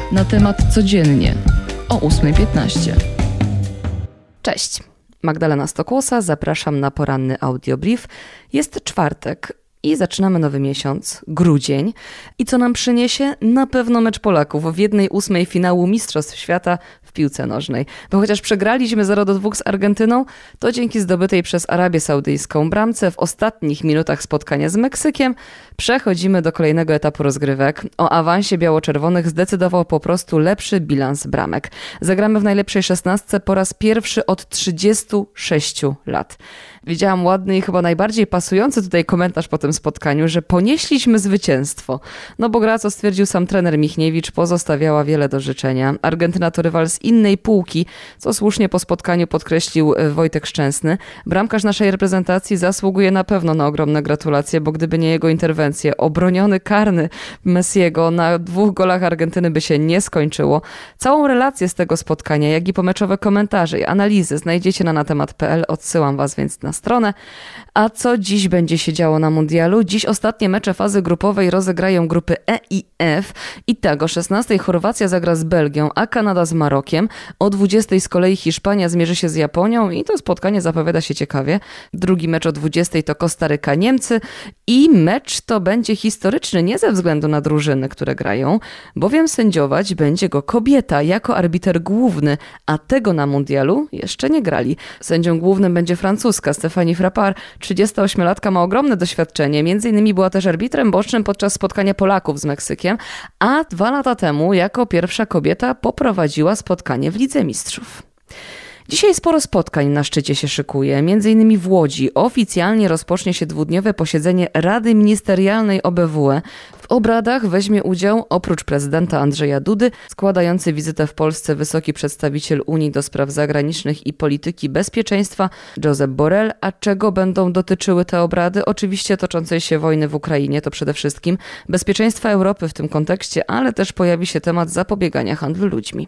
Na temat codziennie o 8:15. Cześć, Magdalena Stokłosa, zapraszam na poranny audiobrief. Jest czwartek i zaczynamy nowy miesiąc, grudzień. I co nam przyniesie? Na pewno mecz Polaków w 1/8 finału Mistrzostw Świata w piłce nożnej. Bo chociaż przegraliśmy 0-2 z Argentyną, to dzięki zdobytej przez Arabię Saudyjską bramce w ostatnich minutach spotkania z Meksykiem przechodzimy do kolejnego etapu rozgrywek. O awansie biało-czerwonych zdecydował po prostu lepszy bilans bramek. Zagramy w najlepszej 16 po raz pierwszy od 36 lat. Widziałam ładny i chyba najbardziej pasujący tutaj komentarz po tym spotkaniu, że ponieśliśmy zwycięstwo. No bo gra, co stwierdził sam trener Michniewicz, pozostawiała wiele do życzenia. Argentyna to rywal z innej półki, co słusznie po spotkaniu podkreślił Wojtek Szczęsny. Bramkarz naszej reprezentacji zasługuje na pewno na ogromne gratulacje, bo gdyby nie jego interwencje, obroniony karny Messiego na 2 golach Argentyny by się nie skończyło. Całą relację z tego spotkania, jak i pomeczowe komentarze i analizy znajdziecie na natemat.pl. Odsyłam was więc na stronę. A co dziś będzie się działo na mundialu? Dziś ostatnie mecze fazy grupowej rozegrają grupy E i F. I tak o 16:00 Chorwacja zagra z Belgią, a Kanada z Marokiem. O 20:00 z kolei Hiszpania zmierzy się z Japonią i to spotkanie zapowiada się ciekawie. Drugi mecz o 20:00 to Kostaryka, Niemcy i mecz to będzie historyczny nie ze względu na drużyny, które grają, bowiem sędziować będzie go kobieta jako arbiter główny, a tego na mundialu jeszcze nie grali. Sędzią głównym będzie francuska Stéphanie Frappart. 38-latka ma ogromne doświadczenie, między innymi była też arbitrem bocznym podczas spotkania Polaków z Meksykiem, a 2 lata temu jako pierwsza kobieta poprowadziła spotkanie w Lidze Mistrzów. Dzisiaj sporo spotkań na szczycie się szykuje. Między innymi w Łodzi oficjalnie rozpocznie się 2-dniowe posiedzenie Rady Ministerialnej OBWE. W obradach weźmie udział oprócz prezydenta Andrzeja Dudy składający wizytę w Polsce wysoki przedstawiciel Unii do spraw zagranicznych i polityki bezpieczeństwa Josep Borrell. A czego będą dotyczyły te obrady? Oczywiście toczącej się wojny w Ukrainie, to przede wszystkim bezpieczeństwa Europy w tym kontekście, ale też pojawi się temat zapobiegania handlu ludźmi.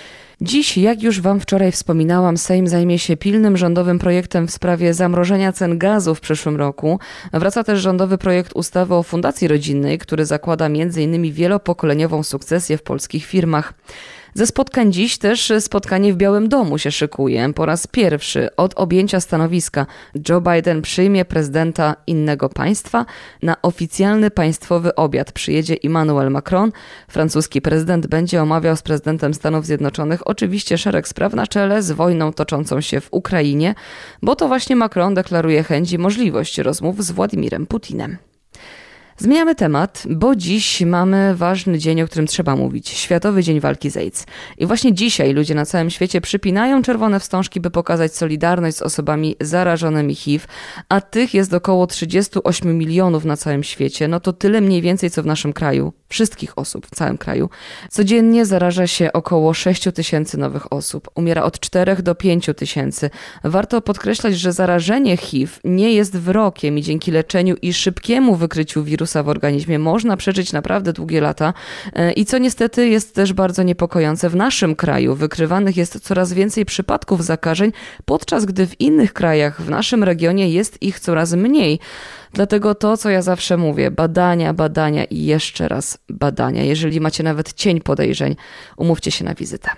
Dziś, jak już wam wczoraj wspominałam, Sejm zajmie się pilnym rządowym projektem w sprawie zamrożenia cen gazu w przyszłym roku. Wraca też rządowy projekt ustawy o Fundacji Rodzinnej, który zakłada m.in. wielopokoleniową sukcesję w polskich firmach. Ze spotkań dziś też spotkanie w Białym Domu się szykuje. Po raz pierwszy od objęcia stanowiska Joe Biden przyjmie prezydenta innego państwa. Na oficjalny państwowy obiad przyjedzie Emmanuel Macron. Francuski prezydent będzie omawiał z prezydentem Stanów Zjednoczonych oczywiście szereg spraw na czele z wojną toczącą się w Ukrainie, bo to właśnie Macron deklaruje chęć i możliwość rozmów z Władimirem Putinem. Zmieniamy temat, bo dziś mamy ważny dzień, o którym trzeba mówić. Światowy Dzień Walki z AIDS. I właśnie dzisiaj ludzie na całym świecie przypinają czerwone wstążki, by pokazać solidarność z osobami zarażonymi HIV, a tych jest około 38 milionów na całym świecie. No to tyle mniej więcej, co w naszym kraju. Wszystkich osób w całym kraju. Codziennie zaraża się około 6 tysięcy nowych osób. Umiera od 4 do 5 tysięcy. Warto podkreślać, że zarażenie HIV nie jest wyrokiem i dzięki leczeniu i szybkiemu wykryciu wirusa w organizmie można przeżyć naprawdę długie lata. I co niestety jest też bardzo niepokojące, w naszym kraju wykrywanych jest coraz więcej przypadków zakażeń, podczas gdy w innych krajach w naszym regionie jest ich coraz mniej. Dlatego to, co ja zawsze mówię, badania i jeszcze raz badania. Jeżeli macie nawet cień podejrzeń, umówcie się na wizytę.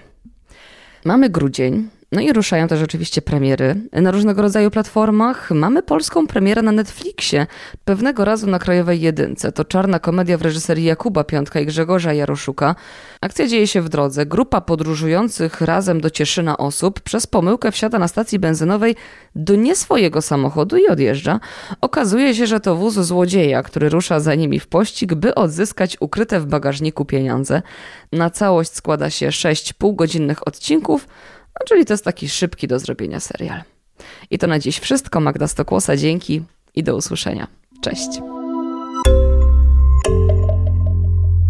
Mamy grudzień. No i ruszają też oczywiście premiery na różnego rodzaju platformach. Mamy polską premierę na Netflixie, pewnego razu na Krajowej Jedynce. To czarna komedia w reżyserii Jakuba Piątka i Grzegorza Jaroszuka. Akcja dzieje się w drodze. Grupa podróżujących razem do Cieszyna osób przez pomyłkę wsiada na stacji benzynowej do nie swojego samochodu i odjeżdża. Okazuje się, że to wóz złodzieja, który rusza za nimi w pościg, by odzyskać ukryte w bagażniku pieniądze. Na całość składa się 6 półgodzinnych odcinków, czyli to jest taki szybki do zrobienia serial. I to na dziś wszystko. Magda Stokłosa, dzięki i do usłyszenia. Cześć.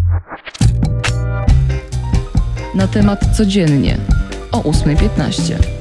Na temat codziennie o 8:15.